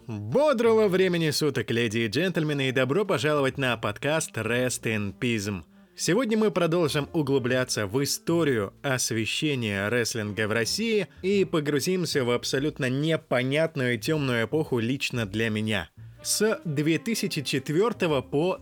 Бодрого времени суток, леди и джентльмены, и добро пожаловать на подкаст Rest in Peace. Сегодня мы продолжим углубляться в историю освещения рестлинга в России и погрузимся в абсолютно непонятную и темную эпоху лично для меня. С 2004 по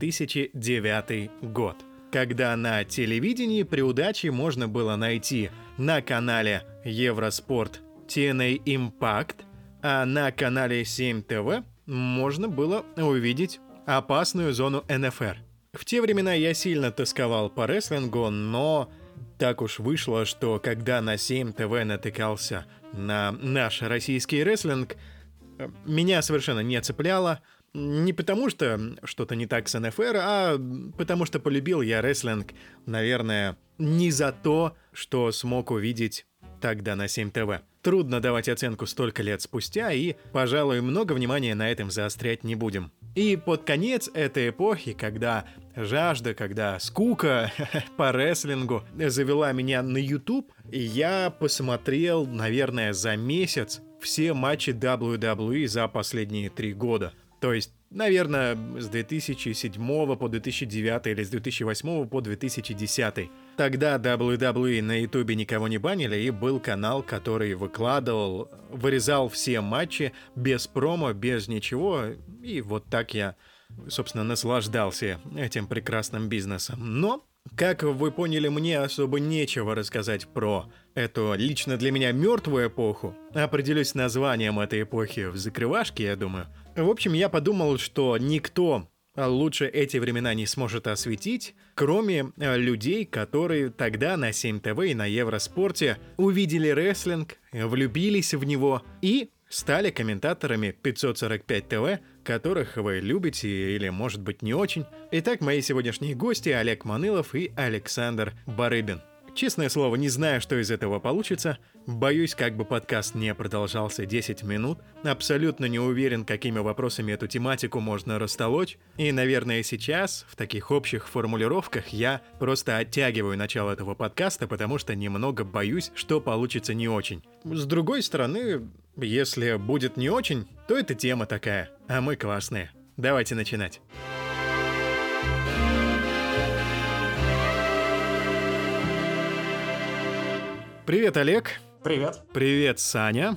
2009 год, когда на телевидении при удаче можно было найти на канале Евроспорт TNA Impact, а на канале 7 ТВ можно было увидеть опасную зону НФР. В те времена я сильно тосковал по рестлингу, но так уж вышло, что когда на 7 ТВ натыкался на наш российский рестлинг, меня совершенно не цепляло. Не потому что что-то не так с НФР, а потому что полюбил я рестлинг, наверное, не за то, что смог увидеть тогда на 7 ТВ. Трудно давать оценку столько лет спустя, и, пожалуй, много внимания на этом заострять не будем. И под конец этой эпохи, когда жажда, когда скука по рестлингу завела меня на YouTube, я посмотрел, наверное, за месяц все матчи WWE за последние 3 года. То есть, наверное, с 2007 по 2009 или с 2008 по 2010. Тогда WWE на ютубе никого не банили, и был канал, который вырезал все матчи без промо, без ничего. И вот так я, собственно, наслаждался этим прекрасным бизнесом. Но, как вы поняли, мне особо нечего рассказать про эту лично для меня мертвую эпоху. Определюсь с названием этой эпохи в закрывашке, я думаю. В общем, я подумал, что никто лучше эти времена не сможет осветить, кроме людей, которые тогда на 7 ТВ и на Евроспорте увидели рестлинг, влюбились в него и стали комментаторами 545 ТВ, которых вы любите или, может быть, не очень. Итак, мои сегодняшние гости Олег Манылов и Александр Барыбин. Честное слово, не знаю, что из этого получится. Боюсь, как бы подкаст не продолжался 10 минут. Абсолютно не уверен, какими вопросами эту тематику можно растолочь. И, наверное, сейчас, в таких общих формулировках, я просто оттягиваю начало этого подкаста, потому что немного боюсь, что получится не очень. С другой стороны, если будет не очень, то это тема такая, а мы классные. Давайте начинать. Привет, Олег. Привет. Привет, Саня.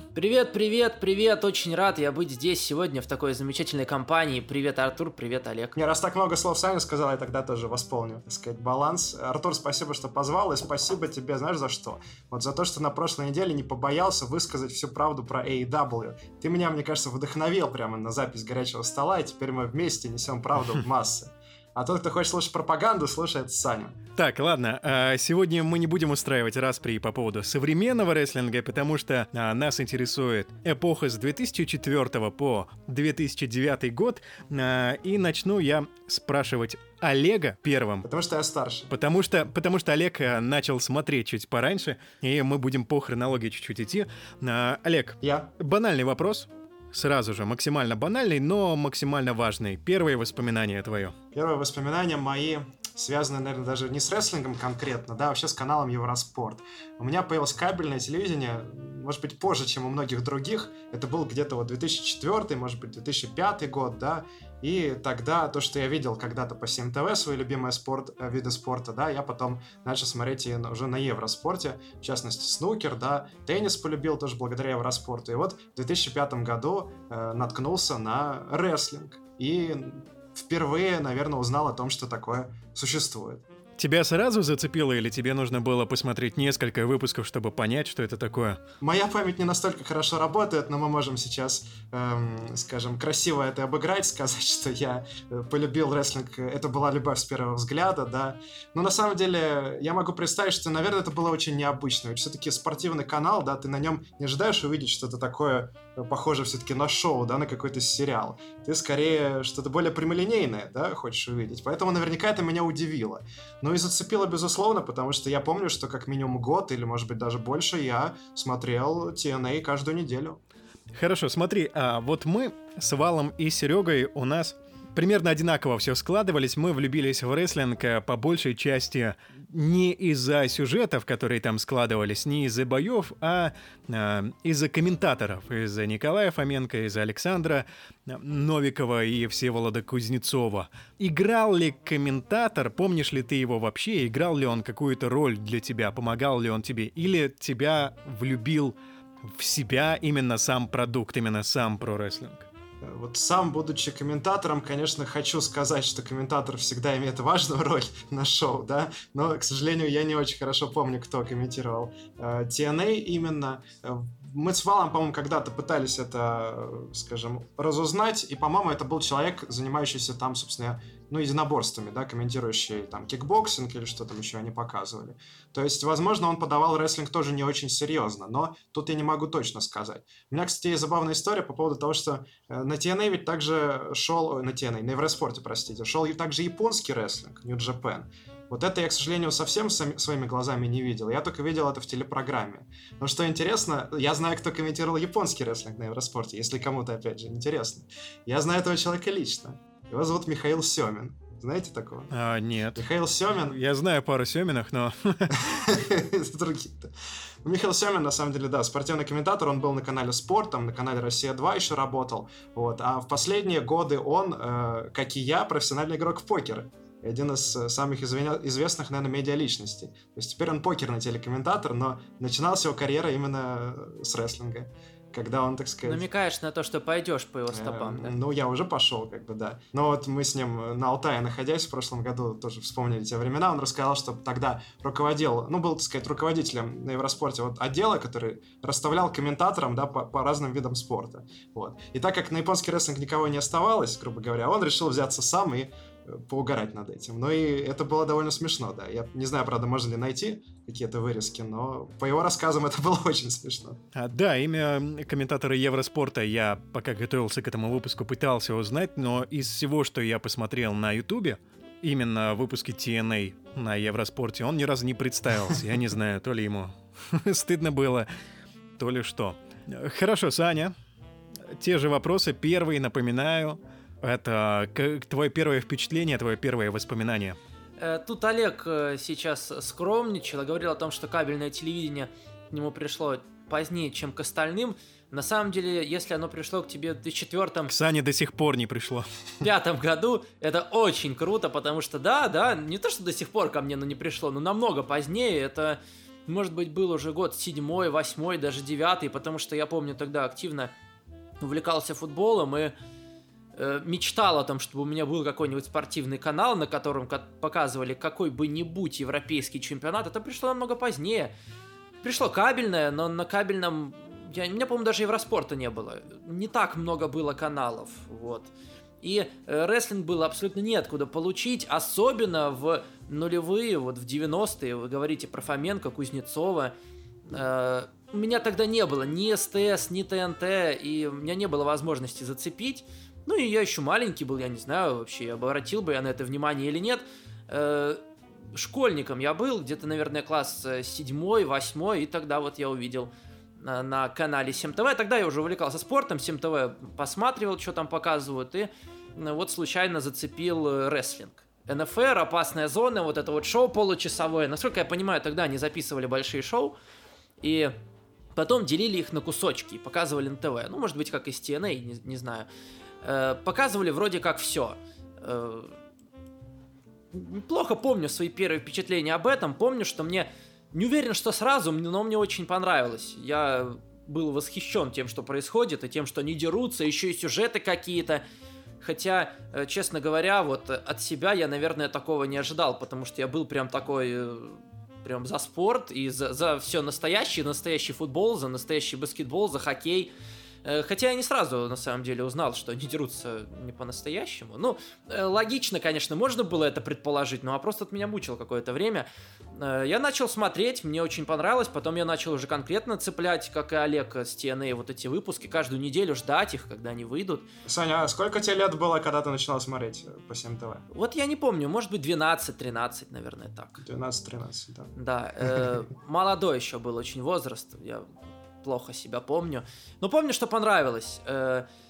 Привет. Очень рад я быть здесь сегодня в такой замечательной компании. Привет, Артур, привет, Олег. Раз так много слов Саня сказал, я тогда тоже восполню, так сказать, баланс. Артур, спасибо, что позвал, и спасибо тебе, знаешь, за что? Вот за то, что на прошлой неделе не побоялся высказать всю правду про AEW. Ты меня, мне кажется, вдохновил прямо на запись горячего стола, и теперь мы вместе несем правду в массы. А тот, кто хочет слушать пропаганду, слушает Саню. Так, ладно, сегодня мы не будем устраивать распри по поводу современного рестлинга, потому что нас интересует эпоха с 2004 по 2009 год, и начну я спрашивать Олега первым. Потому что я старше. Потому что Олег начал смотреть чуть пораньше, и мы будем по хронологии чуть-чуть идти. Олег, банальный вопрос. Сразу же, максимально банальный, но максимально важный. Первые воспоминания твое. Первые воспоминания мои связаны, наверное, даже не с рестлингом конкретно, да, вообще с каналом Евроспорт. У меня появилось кабельное телевидение, может быть, позже, чем у многих других. Это был где-то вот 2004, может быть, 2005 год, да. И тогда то, что я видел когда-то по 7 ТВ, свои любимые виды спорта, да, я потом начал смотреть и уже на Евроспорте, в частности, снукер, да, теннис полюбил тоже благодаря Евроспорту. И вот в 2005 году наткнулся на рестлинг. И впервые, наверное, узнал о том, что такое существует. Тебя сразу зацепило или тебе нужно было посмотреть несколько выпусков, чтобы понять, что это такое? Моя память не настолько хорошо работает, но мы можем сейчас, скажем, красиво это обыграть, сказать, что я полюбил рестлинг, это была любовь с первого взгляда, да. Но на самом деле я могу представить, что, наверное, это было очень необычно. Ведь все-таки спортивный канал, да, ты на нем не ожидаешь увидеть что-то такое, похоже все-таки на шоу, да, на какой-то сериал. Ты скорее что-то более прямолинейное, да, хочешь увидеть. Поэтому наверняка это меня удивило. Ну и зацепило, безусловно, потому что я помню, что как минимум год или, может быть, даже больше я смотрел TNA каждую неделю. Хорошо, смотри, вот мы с Валом и Серегой, у нас примерно одинаково все складывались. Мы влюбились в рестлинг по большей части не из-за сюжетов, которые там складывались, не из-за боев, а из-за комментаторов. Из-за Николая Фоменко, из-за Александра Новикова и Всеволода Кузнецова. Играл ли комментатор, помнишь ли ты его вообще, играл ли он какую-то роль для тебя, помогал ли он тебе, или тебя влюбил в себя именно сам продукт, именно сам прорестлинг? Вот сам, будучи комментатором, конечно, хочу сказать, что комментатор всегда имеет важную роль на шоу, да, но, к сожалению, я не очень хорошо помню, кто комментировал TNA именно. Мы с Валом, по-моему, когда-то пытались это, скажем, разузнать, и, по-моему, это был человек, занимающийся там, собственно, единоборствами, да, комментирующий там кикбоксинг или что там еще они показывали. То есть, возможно, он подавал рестлинг тоже не очень серьезно, но тут я не могу точно сказать. У меня, кстати, есть забавная история по поводу того, что на TNA ведь также шел, на Евроспорте, простите, шел также японский рестлинг, New Japan. Вот это я, к сожалению, совсем своими глазами не видел. Я только видел это в телепрограмме. Но что интересно, я знаю, кто комментировал японский рестлинг на Евроспорте, если кому-то, опять же, интересно. Я знаю этого человека лично. Его зовут Михаил Семин. Знаете такого? Нет. Михаил Семин... Я знаю пару Семинах, но... Другие-то. Михаил Семин, на самом деле, да, спортивный комментатор, он был на канале Спорт, там на канале Россия-2 еще работал, вот, а в последние годы он, как и я, профессиональный игрок в покер. Один из самых известных, наверное, медиаличностей. То есть теперь он покерный телекомментатор, но начиналась его карьера именно с рестлинга. Когда он, так сказать... Намекаешь на то, что пойдешь по его стопам, да? Ну, я уже пошел, как бы, да. Но вот мы с ним на Алтае, находясь в прошлом году, тоже вспомнили те времена, он рассказал, что тогда руководил, был, так сказать, руководителем на Евроспорте вот отдела, который расставлял комментаторам, да, по разным видам спорта. Вот. И так как на японский рестлинг никого не оставалось, грубо говоря, он решил взяться сам и поугарать над этим. Ну и это было довольно смешно, да. Я не знаю, правда, можно ли найти какие-то вырезки, но по его рассказам это было очень смешно. Да, имя комментатора Евроспорта я, пока готовился к этому выпуску, пытался узнать, но из всего, что я посмотрел на Ютубе, именно в выпуске TNA на Евроспорте, он ни разу не представился. Я не знаю, то ли ему стыдно было, то ли что. Хорошо, Саня, те же вопросы. Первый, напоминаю, это твое первое впечатление, твое первое воспоминание. Тут Олег сейчас скромничал и говорил о том, что кабельное телевидение к нему пришло позднее, чем к остальным. На самом деле, если оно пришло к тебе в 2004-м... К Сане до сих пор не пришло. В 2005 году, это очень круто, потому что, да, не то, что до сих пор ко мне оно не пришло, но намного позднее. Это, может быть, был уже год 7-й, 8-й, даже 9-й, потому что я помню, тогда активно увлекался футболом и мечтал о том, чтобы у меня был какой-нибудь спортивный канал, на котором показывали какой бы ни будь европейский чемпионат. Это пришло намного позднее. Пришло кабельное, но на кабельном... У меня, по-моему, даже Евроспорта не было. Не так много было каналов. Вот. И рестлинг было абсолютно неоткуда получить, особенно в нулевые, вот в 90-е. Вы говорите про Фоменко, Кузнецова. У меня тогда не было ни СТС, ни ТНТ, и у меня не было возможности зацепить. Ну и я еще маленький был, я не знаю вообще, обратил бы я на это внимание или нет. Школьником я был, где-то, наверное, класс 7-й, 8-й, и тогда вот я увидел на канале 7ТВ. Тогда я уже увлекался спортом, 7ТВ посматривал, что там показывают, и вот случайно зацепил рестлинг. НФР, опасная зона, вот это вот шоу получасовое. Насколько я понимаю, тогда они записывали большие шоу, и потом делили их на кусочки и показывали на ТВ. Ну, может быть, как из TNA, не знаю. Показывали вроде как все. Плохо помню свои первые впечатления об этом. Помню, что мне... Не уверен, что сразу, но мне очень понравилось. Я был восхищен тем, что происходит, и тем, что они дерутся, еще и сюжеты какие-то. Хотя, честно говоря, вот от себя я, наверное, такого не ожидал, потому что я был прям такой... Прям за спорт и за все настоящее, настоящий футбол, за настоящий баскетбол, за хоккей. Хотя я не сразу, на самом деле, узнал, что они дерутся не по-настоящему. Ну, логично, конечно, можно было это предположить, но вопрос от меня мучил какое-то время. Я начал смотреть, мне очень понравилось, потом я начал уже конкретно цеплять, как и Олег с TNA, вот эти выпуски, каждую неделю ждать их, когда они выйдут. Саня, а сколько тебе лет было, когда ты начинал смотреть по 7ТВ? Вот я не помню, может быть 12-13, наверное, так. 12-13, да. Да, молодой еще был очень возраст, я... плохо себя помню. Но помню, что понравилось.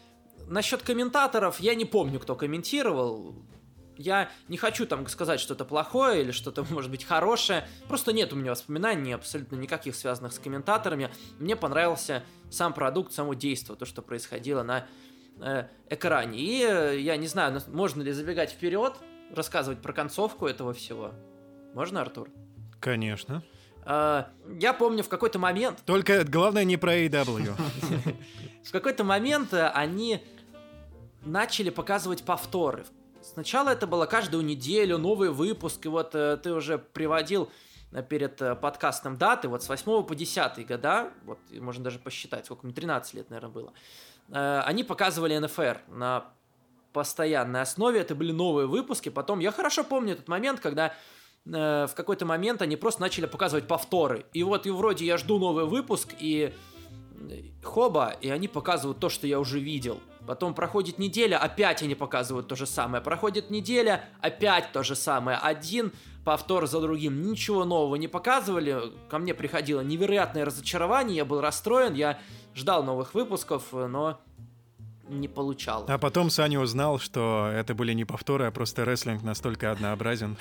насчет комментаторов, я не помню, кто комментировал. Я не хочу там сказать что-то плохое или что-то, может быть, хорошее. Просто нет у меня воспоминаний абсолютно никаких, связанных с комментаторами. Мне понравился сам продукт, само действо, то, что происходило на экране. И я не знаю, можно ли забегать вперед, рассказывать про концовку этого всего. Можно, Артур? Конечно. Я помню в какой-то момент... Только главное не про AEW. В какой-то момент они начали показывать повторы. Сначала это было каждую неделю, новый выпуск, и вот ты уже приводил перед подкастом даты, вот с 8 по 10 года, вот можно даже посчитать, сколько мне, 13 лет, наверное, было, они показывали НФР на постоянной основе, это были новые выпуски, потом, я хорошо помню этот момент, когда в какой-то момент они просто начали показывать повторы, и вот и вроде я жду новый выпуск, и хоба, и они показывают то, что я уже видел. Потом проходит неделя, опять они показывают то же самое. Проходит неделя, опять то же самое. Один повтор за другим. Ничего нового не показывали. Ко мне приходило невероятное разочарование. Я был расстроен. Я ждал новых выпусков, но не получал. А потом Саня узнал, что это были не повторы, а просто рестлинг настолько однообразен.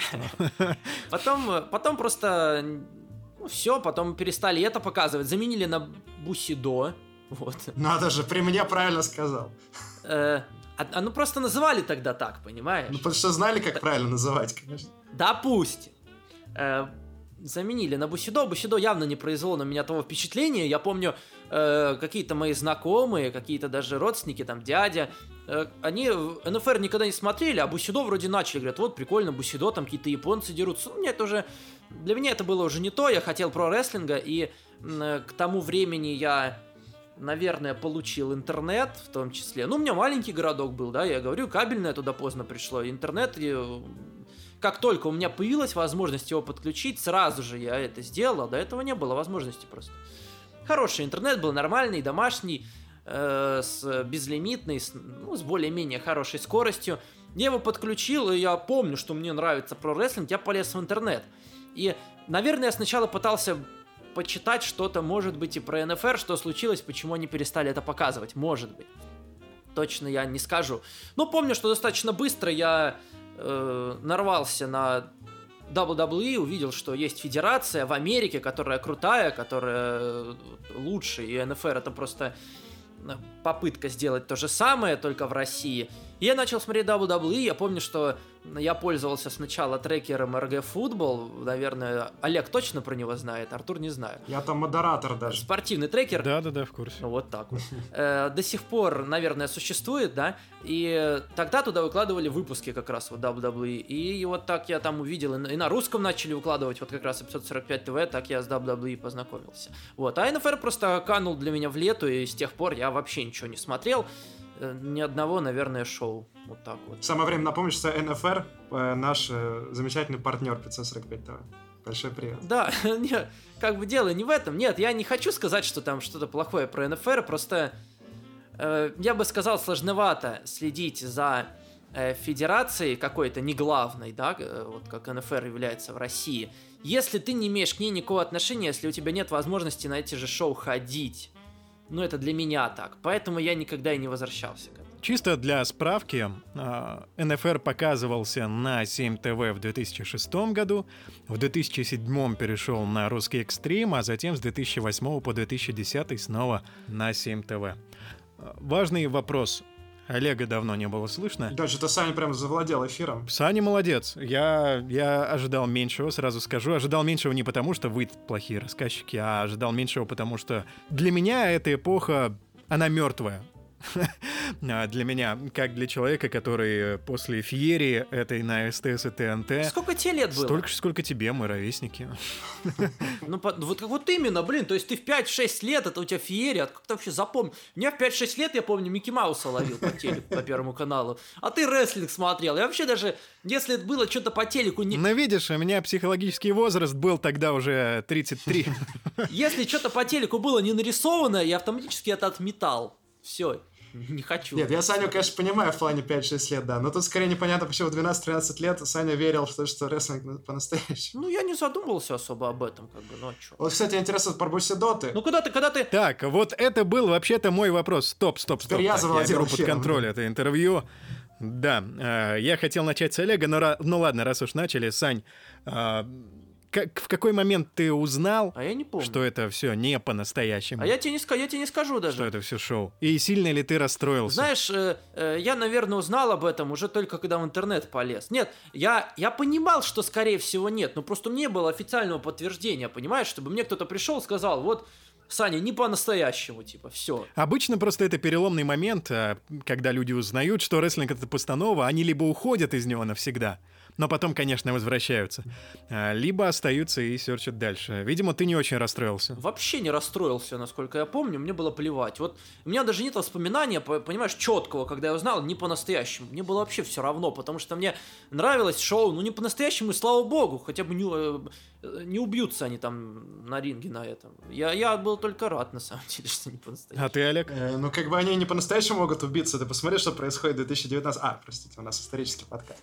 Потом просто... все, потом перестали это показывать. Заменили на Бусидо. Вот. Надо же, при мне правильно сказал. Ну просто называли тогда так, понимаешь? Ну потому что знали, как правильно называть, конечно. Допустим. Заменили на Бусидо. Бусидо явно не произвело на меня того впечатления. Я помню, какие-то мои знакомые, какие-то даже родственники, там, дядя, они НФР никогда не смотрели, а Бусидо вроде начали. Говорят, вот, прикольно, Бусидо, там какие-то японцы дерутся. Ну, это уже... Для меня это было уже не то. Я хотел про-рестлинга, и к тому времени я... наверное, получил интернет, в том числе. Ну, у меня маленький городок был, да, я говорю, кабельное туда поздно пришло. Интернет, как только у меня появилась возможность его подключить, сразу же я это сделал. До этого не было возможности просто. Хороший интернет был, нормальный, домашний, с безлимитной, с более-менее хорошей скоростью. Я его подключил, и я помню, что мне нравится про-рестлинг, я полез в интернет. И, наверное, я сначала пытался... почитать что-то, может быть, и про НФР, что случилось, почему они перестали это показывать, может быть. Точно я не скажу. Но помню, что достаточно быстро я нарвался на WWE, увидел, что есть федерация в Америке, которая крутая, которая лучше, и НФР это просто попытка сделать то же самое, только в России. И я начал смотреть WWE, я помню, что я пользовался сначала трекером RG Football, наверное, Олег точно про него знает, Артур не знаю. Я там модератор даже. Спортивный трекер. Да, в курсе. Вот так вот. До сих пор, наверное, существует, да, и тогда туда выкладывали выпуски как раз вот WWE, и вот так я там увидел, и на русском начали выкладывать, вот как раз эпизод 45 ТВ, так я с WWE познакомился. Вот, а НФР просто канул для меня в лету, и с тех пор я вообще ничего не смотрел. Ни одного, наверное, шоу. Вот так вот. Самое время напомнить, что НФР наш замечательный партнер 545 ТВ. Большой привет. Да, нет, как бы дело не в этом. Нет, я не хочу сказать, что там что-то плохое про НФР, просто я бы сказал, сложновато следить за федерацией какой-то, не главной, да, вот как НФР является в России, если ты не имеешь к ней никакого отношения, если у тебя нет возможности на эти же шоу ходить. Ну, это для меня так. Поэтому я никогда и не возвращался к этому. Чисто для справки, НФР показывался на 7 ТВ в 2006 году, в 2007 перешел на русский экстрим, а затем с 2008 по 2010 снова на 7 ТВ. Важный вопрос. Олега давно не было слышно. Да, что-то Саня прям завладел эфиром. Саня молодец. Я ожидал меньшего, сразу скажу. Ожидал меньшего не потому, что вы плохие рассказчики, а ожидал меньшего, потому что для меня эта эпоха, она мертвая. Для меня, как для человека, который после феерии этой на СТС и ТНТ... Сколько тебе лет было? Столько же, сколько тебе, мы ровесники. Ну, вот именно, блин, то есть ты в 5-6 лет, это у тебя феерия, как ты вообще запомнил? Меня в 5-6 лет, я помню, Микки Мауса ловил по телеку, по Первому каналу, а ты рестлинг смотрел. Я вообще даже, если было что-то по телеку... Ну, видишь, у меня психологический возраст был тогда уже 33. Если что-то по телеку было не нарисовано, я автоматически это отметал. Все. не хочу. Нет, я Саню, конечно, понимаю в плане 5-6 лет, да, но тут скорее непонятно, почему в 12-13 лет Саня верил, что рестлинг по-настоящему. Ну, я не задумывался особо об этом, как бы, ну а чё? Вот, кстати, интересно про Бусидоты. Ну, когда ты... Так, вот это был вообще-то мой вопрос. Стоп. Теперь я Так, завладел беру под эфиром. контроль это интервью. Да, я хотел начать с Олега, но ну ладно, раз уж начали, Сань, в какой момент ты узнал, А я не помню. что это все не по-настоящему? А я тебе не скажу даже. Что это все шоу? И сильно ли ты расстроился? Знаешь, я, наверное, узнал об этом уже только когда в интернет полез. Нет, я понимал, что, скорее всего, нет, но просто не было официального подтверждения, понимаешь, чтобы мне кто-то пришел и сказал, вот, Саня, не по-настоящему, типа, все. Обычно просто это переломный момент, когда люди узнают, что рестлинг — это постанова, они либо уходят из него навсегда, но потом, конечно, возвращаются, либо остаются и серчат дальше. Видимо, ты не очень расстроился. Вообще не расстроился, насколько я помню, мне было плевать. Вот у меня даже нет воспоминания, понимаешь, четкого, когда я узнал, не по-настоящему. Мне было вообще все равно, потому что мне нравилось шоу, ну не по-настоящему, и слава богу, хотя бы не убьются они там на ринге на этом. Я был только рад, на самом деле, что не по-настоящему. А ты, Олег? Ну, как бы они не по-настоящему могут убиться. Ты посмотри, что происходит в 2019... простите, у нас исторический подкаст.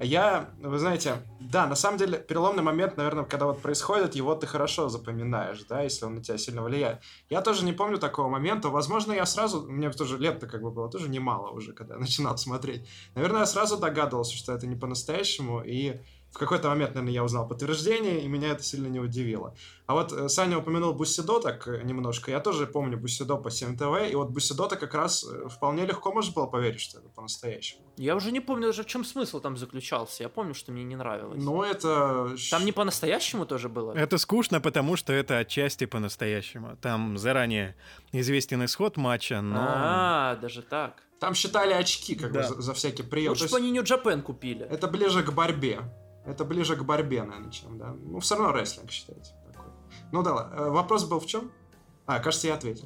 Вы знаете, да, на самом деле, переломный момент, наверное, когда вот происходит, его ты хорошо запоминаешь, да, если он на тебя сильно влияет. Я тоже не помню такого момента. Возможно, я сразу... Мне тоже лет-то как бы было тоже немало уже, когда я начинал смотреть. Наверное, я сразу догадывался, что это не по-настоящему, и в какой-то момент, наверное, я узнал подтверждение, и меня это сильно не удивило. А вот Саня упомянул Бусидо так немножко. Я тоже помню Бусидо по 7 ТВ, и вот Бусидо-то как раз вполне легко можно было поверить, что это по-настоящему. Я уже не помню даже, в чем смысл там заключался. Я помню, что мне не нравилось. Ну, это... Там не по-настоящему тоже было? Это скучно, потому что это отчасти по-настоящему. Там заранее известен исход матча, но... даже так. Там считали очки, как бы, за всякий прием. Лучше бы они New Japan купили. Это ближе к борьбе. Это ближе к борьбе, наверное, чем, да. Ну, все равно рестлинг, считайте. Такой. Ну да, вопрос был в чем? Кажется, я ответил.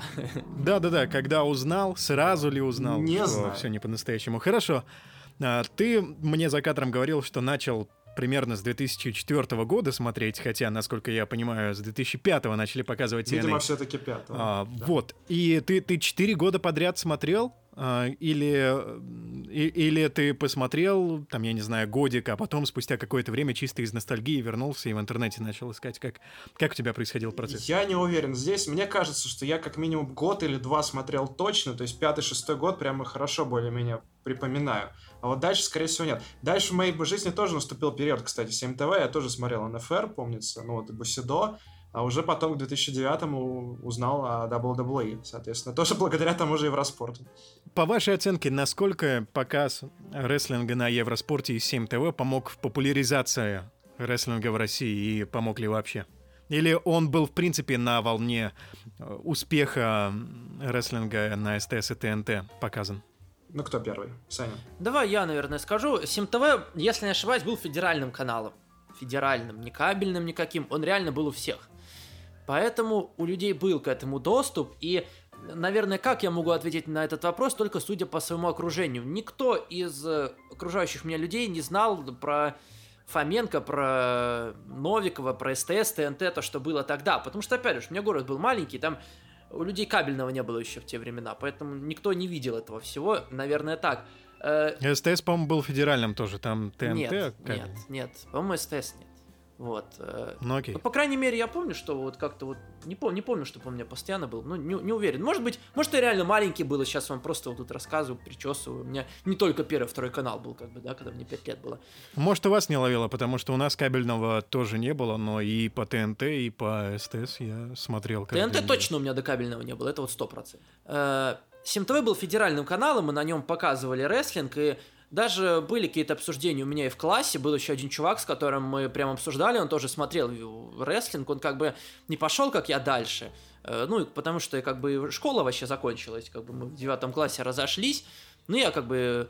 Да, когда узнал, сразу ли узнал, не что знаю. Все не по-настоящему. Хорошо. Ты мне за кадром говорил, что начал примерно с 2004 года смотреть, хотя, насколько я понимаю, с 2005 начали показывать TNA. Видимо, все-таки 5. Да. Вот. И ты 4 года подряд смотрел? Или ты посмотрел, там, я не знаю, годик, а потом спустя какое-то время чисто из ностальгии вернулся и в интернете начал искать, как у тебя происходил процесс? Я не уверен. Здесь мне кажется, что я как минимум год или два смотрел точно, то есть 5-6 год прямо хорошо более-менее припоминаю. А вот дальше, скорее всего, нет. Дальше в моей жизни тоже наступил период, кстати, 7 ТВ, я тоже смотрел НФР, помнится, ну вот и Бусидо, а уже потом к 2009-му узнал о WWE, соответственно, тоже благодаря тому же Евроспорту. По вашей оценке, насколько показ рестлинга на Евроспорте и 7 ТВ помог в популяризации рестлинга в России и помог ли вообще? Или он был, в принципе, на волне успеха рестлинга на СТС и ТНТ показан? Ну, кто первый? Саня. Давай я, наверное, скажу. 7 ТВ, если не ошибаюсь, был федеральным каналом. Федеральным, не кабельным никаким. Он реально был у всех. Поэтому у людей был к этому доступ. И, наверное, как я могу ответить на этот вопрос, только судя по своему окружению. Никто из окружающих меня людей не знал про Фоменко, про Новикова, про СТС, ТНТ, то, что было тогда. Потому что, опять же, у меня город был маленький, там у людей кабельного не было еще в те времена. Поэтому никто не видел этого всего. Наверное, так. СТС, по-моему, был федеральным тоже, там ТНТ? Нет, по-моему, СТС нет. Вот. Ну окей. По крайней мере, я помню, что вот как-то вот... Не помню, чтобы он у меня постоянно был. Ну, не уверен. Может, я реально маленький был, и сейчас вам просто вот тут рассказываю, причесываю. У меня не только первый, второй канал был, как бы, да, когда мне 5 лет было. Может, у вас не ловило, потому что у нас кабельного тоже не было, но и по ТНТ, и по СТС я смотрел. ТНТ точно у меня до кабельного не было, это вот 100%. 7 ТВ был федеральным каналом, и на нем показывали рестлинг, и даже были какие-то обсуждения у меня и в классе. Был еще один чувак, с которым мы прям обсуждали, он тоже смотрел рестлинг, он как бы не пошел, как я, дальше. Ну, потому что как бы школа вообще закончилась, как бы мы в 9 классе разошлись. Ну, я как бы...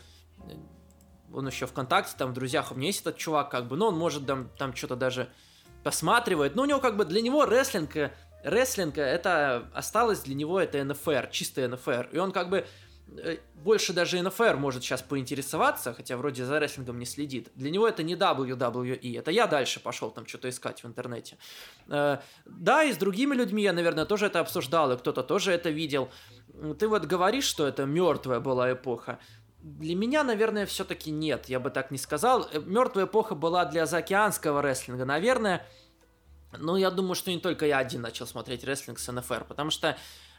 Он еще ВКонтакте, там в друзьях у меня есть этот чувак, как бы, но он может там что-то даже посматривает. Но у него как бы для него рестлинг это осталось для него это НФР, чистый НФР. И он как бы больше даже НФР может сейчас поинтересоваться, хотя вроде за рестлингом не следит. Для него это не WWE, это я дальше пошел там что-то искать в интернете. Да, и с другими людьми я, наверное, тоже это обсуждал, и кто-то тоже это видел. ты вот говоришь, что это мертвая была эпоха. Для меня, наверное, все-таки нет, я бы так не сказал. Мертвая эпоха была для заокеанского рестлинга, наверное. Но я думаю, что не только я один начал смотреть рестлинг с НФР, потому что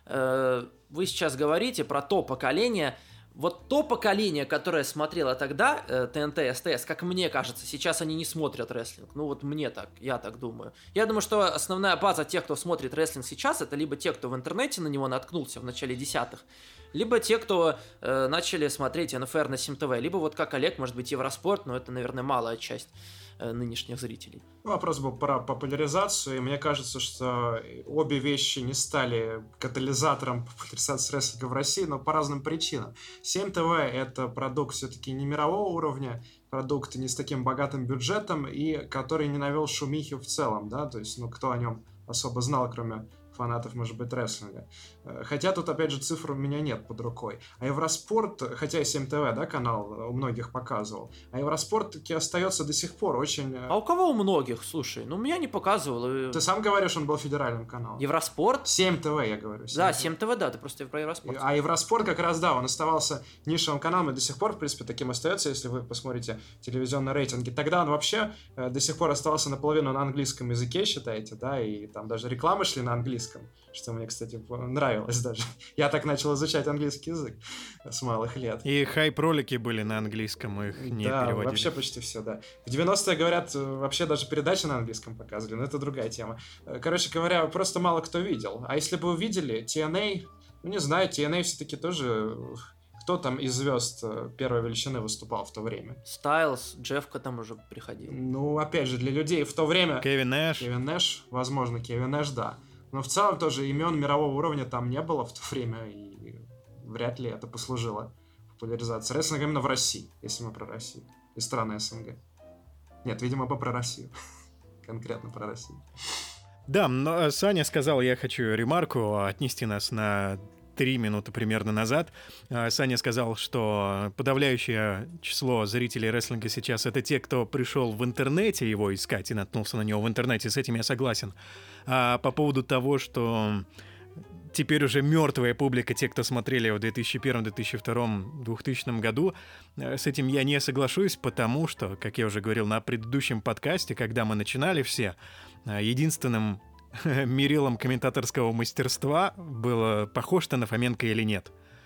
вы сейчас говорите про то поколение. Вот то поколение, которое смотрело тогда ТНТ, СТС, как мне кажется, сейчас они не смотрят рестлинг. Ну вот мне так, я так думаю. Я думаю, что основная база тех, кто смотрит рестлинг сейчас, это либо те, кто в интернете на него наткнулся в начале десятых, либо те, кто начали смотреть НФР на СимТВ, либо вот как Олег, может быть, Евроспорт, но это, наверное, малая часть нынешних зрителей. Вопрос был про популяризацию, и мне кажется, что обе вещи не стали катализатором популяризации рестлинга в России, но по разным причинам. 7ТВ — это продукт все-таки не мирового уровня, продукт не с таким богатым бюджетом, и который не навел шумихи в целом, да, то есть, кто о нем особо знал, кроме фанатов, может быть, рестлинга. Хотя тут, опять же, цифр у меня нет под рукой. А Евроспорт, хотя и 7ТВ, да, канал у многих показывал, а Евроспорт таки остается до сих пор очень... А у кого у многих? Слушай, ну меня не показывал. Ты сам говоришь, он был федеральным каналом. Евроспорт? 7ТВ, я говорю. 7ТВ. Да, 7ТВ, да, ты просто про Евроспорт. А Евроспорт как раз, да, он оставался нишевым каналом и до сих пор, в принципе, таким остается, если вы посмотрите телевизионные рейтинги. Тогда он вообще до сих пор оставался наполовину на английском языке, считаете, да, и там даже рекламы шли на английском, что мне, кстати, нравилось даже. Я так начал изучать английский язык с малых лет. И хайп-ролики были на английском, их не переводили. Да, вообще почти все, да. В 90-е, говорят, вообще даже передачи на английском показывали, но это другая тема. Короче говоря, просто мало кто видел. А если бы увидели, TNA, ну не знаю, TNA все-таки тоже... Кто там из звезд первой величины выступал в то время? Стайлз, Джеффка там уже приходил. Ну, опять же, для людей в то время... Кевин Нэш. Кевин Нэш, возможно, Кевин Нэш, да. Но в целом тоже имен мирового уровня там не было в то время, и вряд ли это послужило популяризации рестлинга именно в России, если мы про Россию, и страны СНГ. Нет, видимо, про Россию. Конкретно про Россию. Да, но Саня сказал, я хочу ремарку отнести нас на 3 минуты примерно назад. Саня сказал, что подавляющее число зрителей рестлинга сейчас — это те, кто пришел в интернете его искать и наткнулся на него в интернете. С этим я согласен. А по поводу того, что теперь уже мертвая публика, те, кто смотрели в 2001, 2002, 2000 году, с этим я не соглашусь, потому что, как я уже говорил на предыдущем подкасте, когда мы начинали все, единственным мерилом комментаторского мастерства было, похож ты на Фоменко или нет.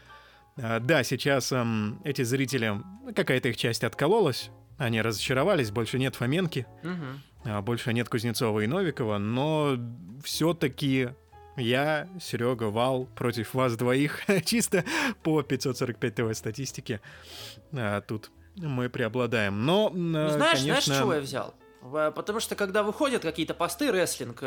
Да, сейчас эти зрители, какая-то их часть откололась, они разочаровались, больше нет Фоменки, больше нет Кузнецова и Новикова, но все-таки я, Серега, Вал против вас двоих, чисто по 545 ТВ статистике, тут мы преобладаем. Но, знаешь, конечно... знаешь, чего я взял? Потому что когда выходят какие-то посты рестлинг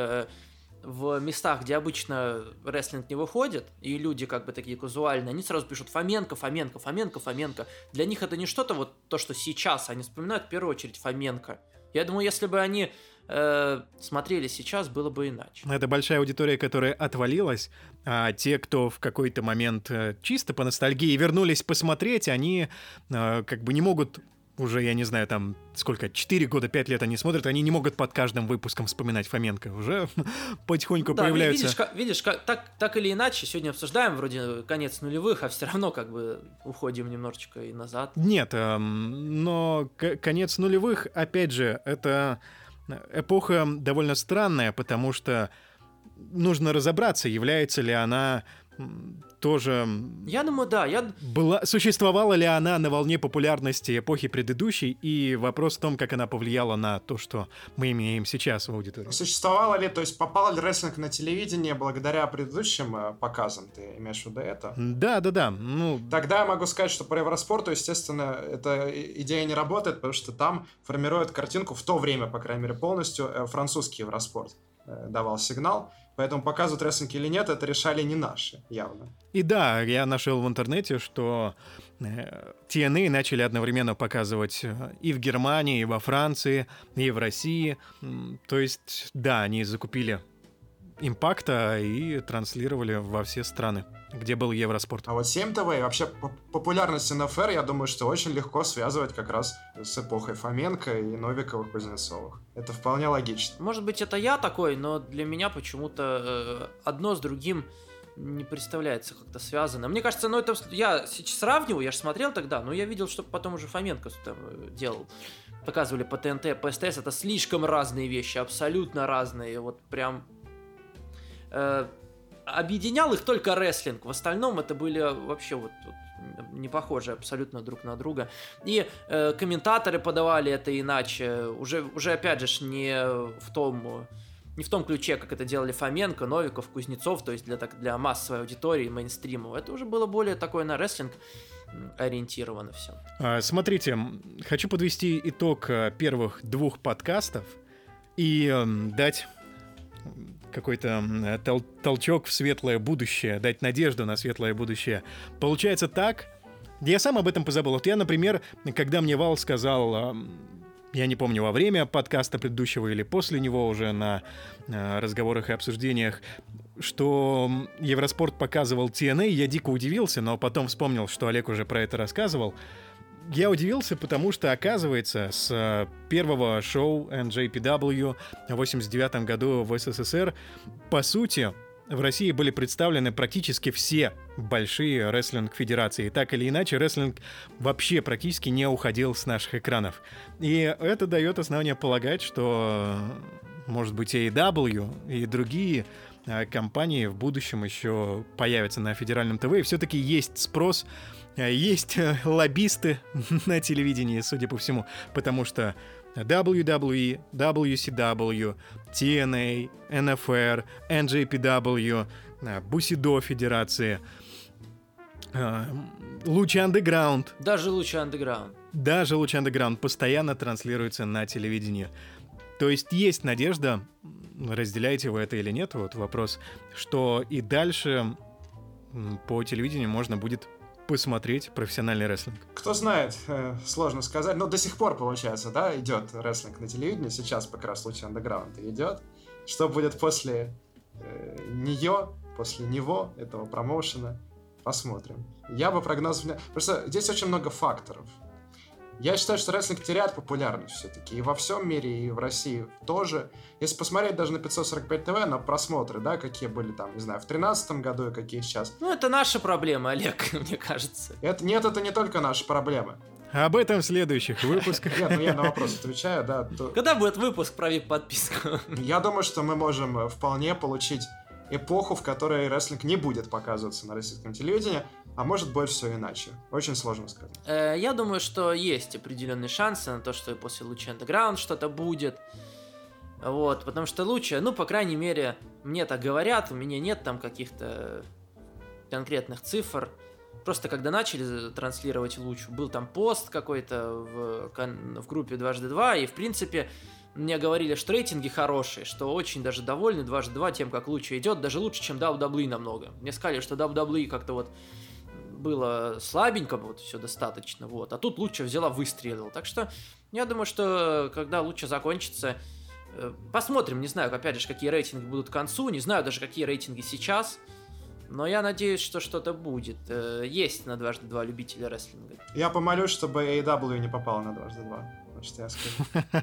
в местах, где обычно рестлинг не выходит, и люди как бы такие казуальные, они сразу пишут Фоменко, Фоменко, Фоменко, Фоменко. Для них это не что-то вот то, что сейчас, они вспоминают в первую очередь Фоменко. Я думаю, если бы они смотрели сейчас, было бы иначе. Это большая аудитория, которая отвалилась, а те, кто в какой-то момент чисто по ностальгии вернулись посмотреть, они как бы не могут... Уже, я не знаю, там сколько, 4 года, 5 лет они смотрят, они не могут под каждым выпуском вспоминать Фоменко. Уже потихоньку появляются... Видишь, так или иначе, сегодня обсуждаем вроде конец нулевых, а все равно как бы уходим немножечко и назад. Нет, но конец нулевых, опять же, это эпоха довольно странная, потому что нужно разобраться, является ли она... тоже... Я думаю, да. Существовала ли она на волне популярности эпохи предыдущей, и вопрос в том, как она повлияла на то, что мы имеем сейчас в аудитории. Существовала ли, то есть попал ли рестлинг на телевидение благодаря предыдущим показам? Ты имеешь в виду это? Да. Тогда я могу сказать, что про Евроспорту, естественно, эта идея не работает, потому что там формирует картинку в то время, по крайней мере, полностью французский Евроспорт давал сигнал. Поэтому показывают рестлинг или нет, это решали не наши, явно. И да, я нашел в интернете, что TNA начали одновременно показывать и в Германии, и во Франции, и в России. То есть, да, они закупили импакта и транслировали во все страны, где был Евроспорт. А вот 7ТВ и вообще популярность НФР, я думаю, что очень легко связывать как раз с эпохой Фоменко и Новиковых, Кузнецовых. Это вполне логично. Может быть, это я такой, но для меня почему-то одно с другим не представляется как-то связано. Мне кажется, это я сравниваю, я же смотрел тогда, но я видел, что потом уже Фоменко там делал. Показывали по ТНТ, по СТС, это слишком разные вещи, абсолютно разные, вот прям... объединял их только рестлинг, в остальном это были вообще вот не похожи абсолютно друг на друга. И комментаторы подавали это иначе, уже опять же не в том ключе, как это делали Фоменко, Новиков, Кузнецов, то есть для массовой аудитории, мейнстрима. Это уже было более такое на рестлинг ориентировано все. Смотрите, хочу подвести итог первых 2 подкастов и дать какой-то толчок в светлое будущее, дать надежду на светлое будущее. Получается так, я сам об этом позабыл. Вот я, например, когда мне Вал сказал, я не помню, во время подкаста предыдущего или после него уже на разговорах и обсуждениях, что Евроспорт показывал TNA, я дико удивился, но потом вспомнил, что Олег уже про это рассказывал. Я удивился, потому что, оказывается, с первого шоу NJPW в 1989 году в СССР, по сути, в России были представлены практически все большие рестлинг-федерации. Так или иначе, рестлинг вообще практически не уходил с наших экранов. И это дает основание полагать, что, может быть, AEW и другие компании в будущем еще появятся на федеральном ТВ. И все-таки есть спрос, есть лоббисты на телевидении, судя по всему, потому что WWE, WCW, TNA, NFR, NJPW, Бусидо Федерации, Lucha Underground. Даже Lucha Underground. Даже Lucha Underground постоянно транслируется на телевидении. То есть надежда, разделяете вы это или нет, вот вопрос, что и дальше по телевидению можно будет посмотреть профессиональный рестлинг. Кто знает, сложно сказать. Но до сих пор, получается, да, идет рестлинг на телевидении. Сейчас как раз Lucha Underground идет. Что будет после нее, после него, этого промоушена, посмотрим. Я бы прогнозировал... Просто здесь очень много факторов. Я считаю, что рестлинг теряет популярность все-таки. И во всем мире, и в России тоже. Если посмотреть даже на 545 ТВ, на просмотры, да, какие были там, не знаю, в 2013 году и какие сейчас. Это наша проблема, Олег, мне кажется. Нет, это не только наши проблемы. Об этом в следующих выпусках. Нет, я на вопрос отвечаю, да. Когда будет выпуск про VIP-подписку? Я думаю, что мы можем вполне получить эпоху, в которой рестлинг не будет показываться на российском телевидении, а может быть все иначе. Очень сложно сказать. Я думаю, что есть определенные шансы на то, что и после Lucha Underground что-то будет. Вот, потому что Lucha, по крайней мере, мне так говорят, у меня нет там каких-то конкретных цифр. Просто когда начали транслировать Лучу, был там пост какой-то в группе 2x2, и в принципе мне говорили, что рейтинги хорошие, что очень даже довольны 2x2 тем, как Луча идет, даже лучше, чем WWE намного. Мне сказали, что WWE как-то вот было слабенько, вот все достаточно, вот, а тут Луча взяла, выстрелила. Так что я думаю, что когда Луча закончится, посмотрим, не знаю, опять же, какие рейтинги будут к концу, не знаю даже, какие рейтинги сейчас. Но я надеюсь, что что-то будет. Есть на 2x2 любители рестлинга. Я помолюсь, чтобы AEW не попал на 2x2. Вот что я скажу.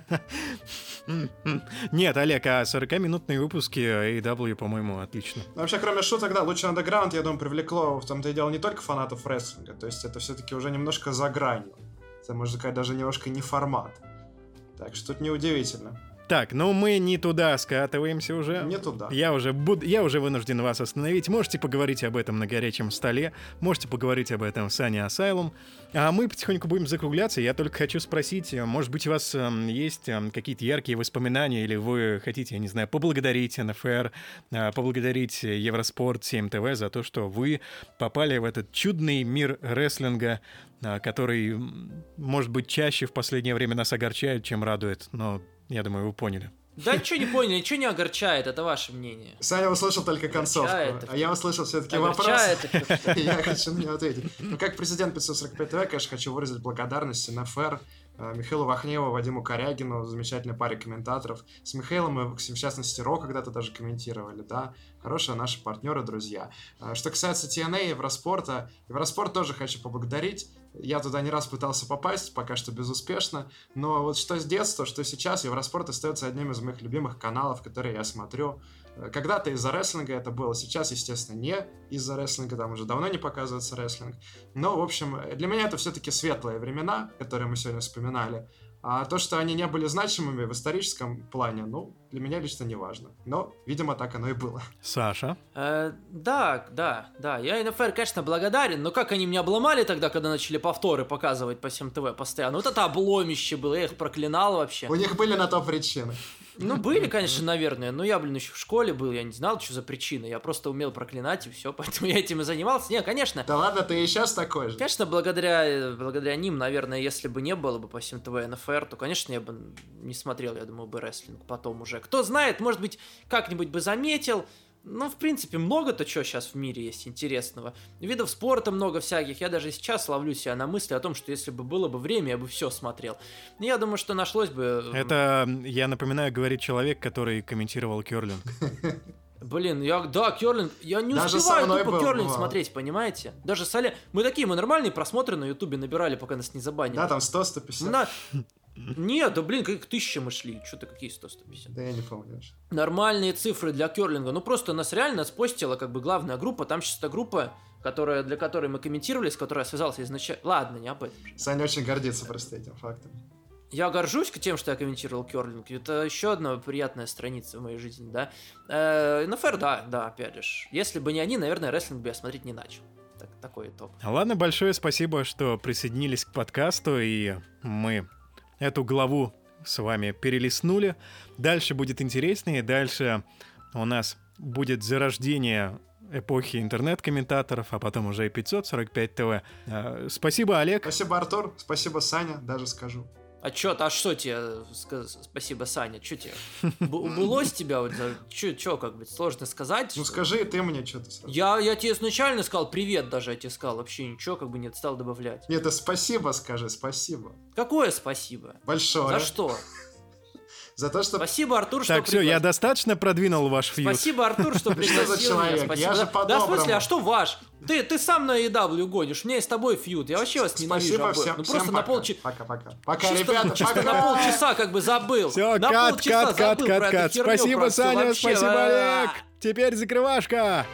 Нет, Олег, а 40-минутные выпуски AEW, по-моему, отлично. Вообще, кроме шуток, да, Lucha Underground, я думаю, привлекло в том-то и дело не только фанатов рестлинга. То есть это все-таки уже немножко за гранью. Это, можно сказать, даже немножко не формат. Так что тут неудивительно. Так, мы не туда скатываемся уже. Не туда. Я уже вынужден вас остановить. Можете поговорить об этом на горячем столе, можете поговорить об этом в Sunny Asylum. А мы потихоньку будем закругляться. Я только хочу спросить, может быть, у вас есть какие-то яркие воспоминания, или вы хотите, я не знаю, поблагодарить НФР, поблагодарить Евроспорт 7 ТВ за то, что вы попали в этот чудный мир рестлинга, который, может быть, чаще в последнее время нас огорчает, чем радует, но я думаю, вы поняли. Да ничего не поняли, ничего не огорчает, это ваше мнение. Саня услышал только концовку, а я услышал все-таки вопрос. Я хочу на него ответить. Как президент 545 ТВ, конечно, хочу выразить благодарность НФР, Михаилу Вахнееву, Вадиму Корягину, замечательной паре комментаторов. С Михаилом мы, в частности, Ро когда-то даже комментировали, да. хорошие наши партнеры, друзья. Что касается TNA и Евроспорта, Евроспорт тоже хочу поблагодарить. Я туда не раз пытался попасть, пока что безуспешно, но вот что с детства, что сейчас, Евроспорт остается одним из моих любимых каналов, которые я смотрю. Когда-то из-за рестлинга это было, сейчас, естественно, не из-за рестлинга, там уже давно не показывается рестлинг. Но, в общем, для меня это все-таки светлые времена, которые мы сегодня вспоминали. А то, что они не были значимыми в историческом плане, ну, для меня лично не важно. Но, видимо, так оно и было. Саша? Да. Я НФР, конечно, благодарен, но как они меня обломали тогда, когда начали повторы показывать по всем ТВ постоянно? Вот это обломище было, я их проклинал вообще. У них были на то причины. Ну, были, конечно, наверное, но я, еще в школе был, я не знал, что за причина, я просто умел проклинать и все, поэтому я этим и занимался. Не, конечно. Да ладно, ты и сейчас такой же. Конечно, благодаря ним, наверное, если бы не было бы по всем ТВ НФР, то, конечно, я бы не смотрел, я думаю, бы рестлинг потом уже. Кто знает, может быть, как-нибудь бы заметил. Ну, в принципе, много-то чего сейчас в мире есть интересного. Видов спорта много всяких. Я даже сейчас ловлю себя на мысли о том, что если бы было бы время, я бы все смотрел. Я думаю, что нашлось бы... Это, я напоминаю, говорит человек, который комментировал керлинг. Блин, керлинг, я не даже успеваю тупо керлинг смотреть, понимаете? Даже мы нормальные просмотры на ютубе набирали, пока нас не забанили. Да, там 100-150. Нет, да блин, как 1000 мы шли. Что-то какие 100-150? Да я не помню. Нормальные цифры для керлинга. Ну просто нас реально спостила как бы главная группа. Там сейчас эта группа, для которой мы комментировали, с которой я связался изначально. Ладно, не об этом. Саня очень гордится просто этим фактом. Я горжусь тем, что я комментировал керлинг. Это еще одна приятная страница в моей жизни, да. НФР, да, опять же. Если бы не они, наверное, рестлинг бы я смотреть не начал. Такой итог. Ладно, большое спасибо, что присоединились к подкасту, и мы эту главу с вами перелистнули. Дальше будет интереснее. Дальше у нас будет зарождение эпохи интернет-комментаторов, а потом уже и 545 ТВ. Спасибо, Олег. Спасибо, Артур. Спасибо, Саня, даже скажу. А что тебе, спасибо, Саня, что тебе? Убылось тебя? Что, как бы, сложно сказать? Ну скажи ты мне что-то сразу. Я тебе изначально сказал привет даже, я тебе сказал, вообще ничего, как бы не стал добавлять. Нет, да спасибо скажи, спасибо. Какое спасибо? Большое. За что? За то, что... Спасибо, Артур, что Так, все, я достаточно продвинул ваш фьюз. Спасибо, Артур, что пригласил за человек? меня. Я же Да, в смысле, а что ваш? Ты сам на EW гонишь, у меня с тобой фьюд, я вообще вас ненавижу. Спасибо всем, ну просто на полчаса. Пока, ребята, чисто на полчаса как бы забыл. Все, кат. Спасибо, Саня, спасибо, Олег. Теперь закрывашка.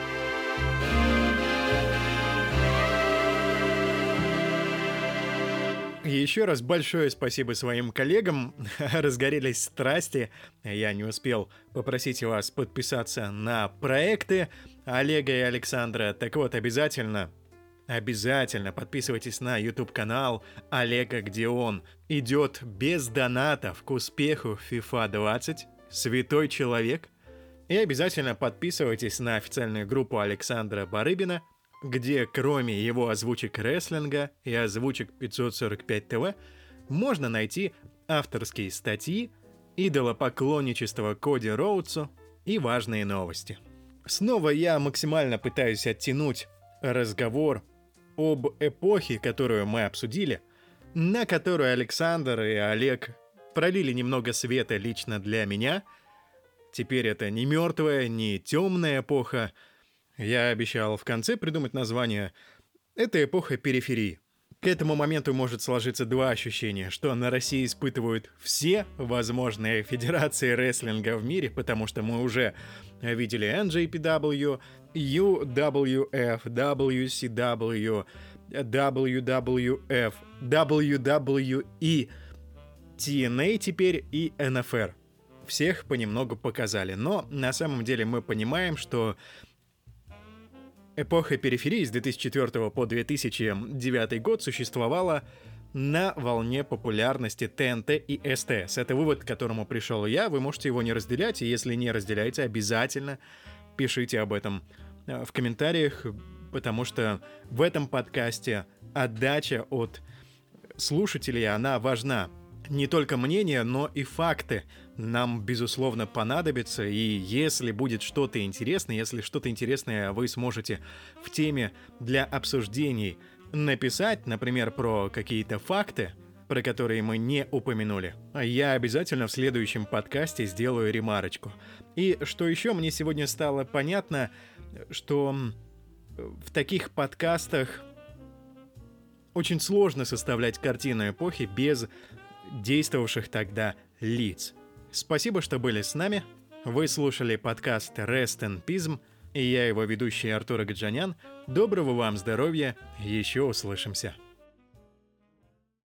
Еще раз большое спасибо своим коллегам. Разгорелись страсти. Я не успел попросить вас подписаться на проекты Олега и Александра. Так вот, обязательно подписывайтесь на YouTube-канал Олега, где он идет без донатов к успеху в FIFA 20. Святой человек. И обязательно подписывайтесь на официальную группу Александра Барыбина, где кроме его озвучек рестлинга и озвучек 545 ТВ можно найти авторские статьи, идолопоклонничество Коди Роудсу и важные новости. Снова я максимально пытаюсь оттянуть разговор об эпохе, которую мы обсудили, на которую Александр и Олег пролили немного света лично для меня. Теперь это не мертвая, не темная эпоха. Я обещал в конце придумать название. Это эпоха периферии. К этому моменту может сложиться два ощущения, что на России испытывают все возможные федерации рестлинга в мире, потому что мы уже видели NJPW, UWF, WCW, WWF, WWE, TNA теперь и NFR. Всех понемногу показали, но на самом деле мы понимаем, что эпоха периферии с 2004 по 2009 год существовала на волне популярности ТНТ и СТС. Это вывод, к которому пришел я. Вы можете его не разделять, и если не разделяете, обязательно пишите об этом в комментариях, потому что в этом подкасте отдача от слушателей, она важна. Не только мнение, но и факты нам, безусловно, понадобятся, и если будет что-то интересное, если что-то интересное вы сможете в теме для обсуждений написать, например, про какие-то факты, про которые мы не упомянули. А я обязательно в следующем подкасте сделаю ремарочку. И что еще, мне сегодня стало понятно, что в таких подкастах очень сложно составлять картину эпохи без действовавших тогда лиц. Спасибо, что были с нами. Вы слушали подкаст Rest in Peace, и я его ведущий Артур Агаджанян. Доброго вам здоровья, еще услышимся.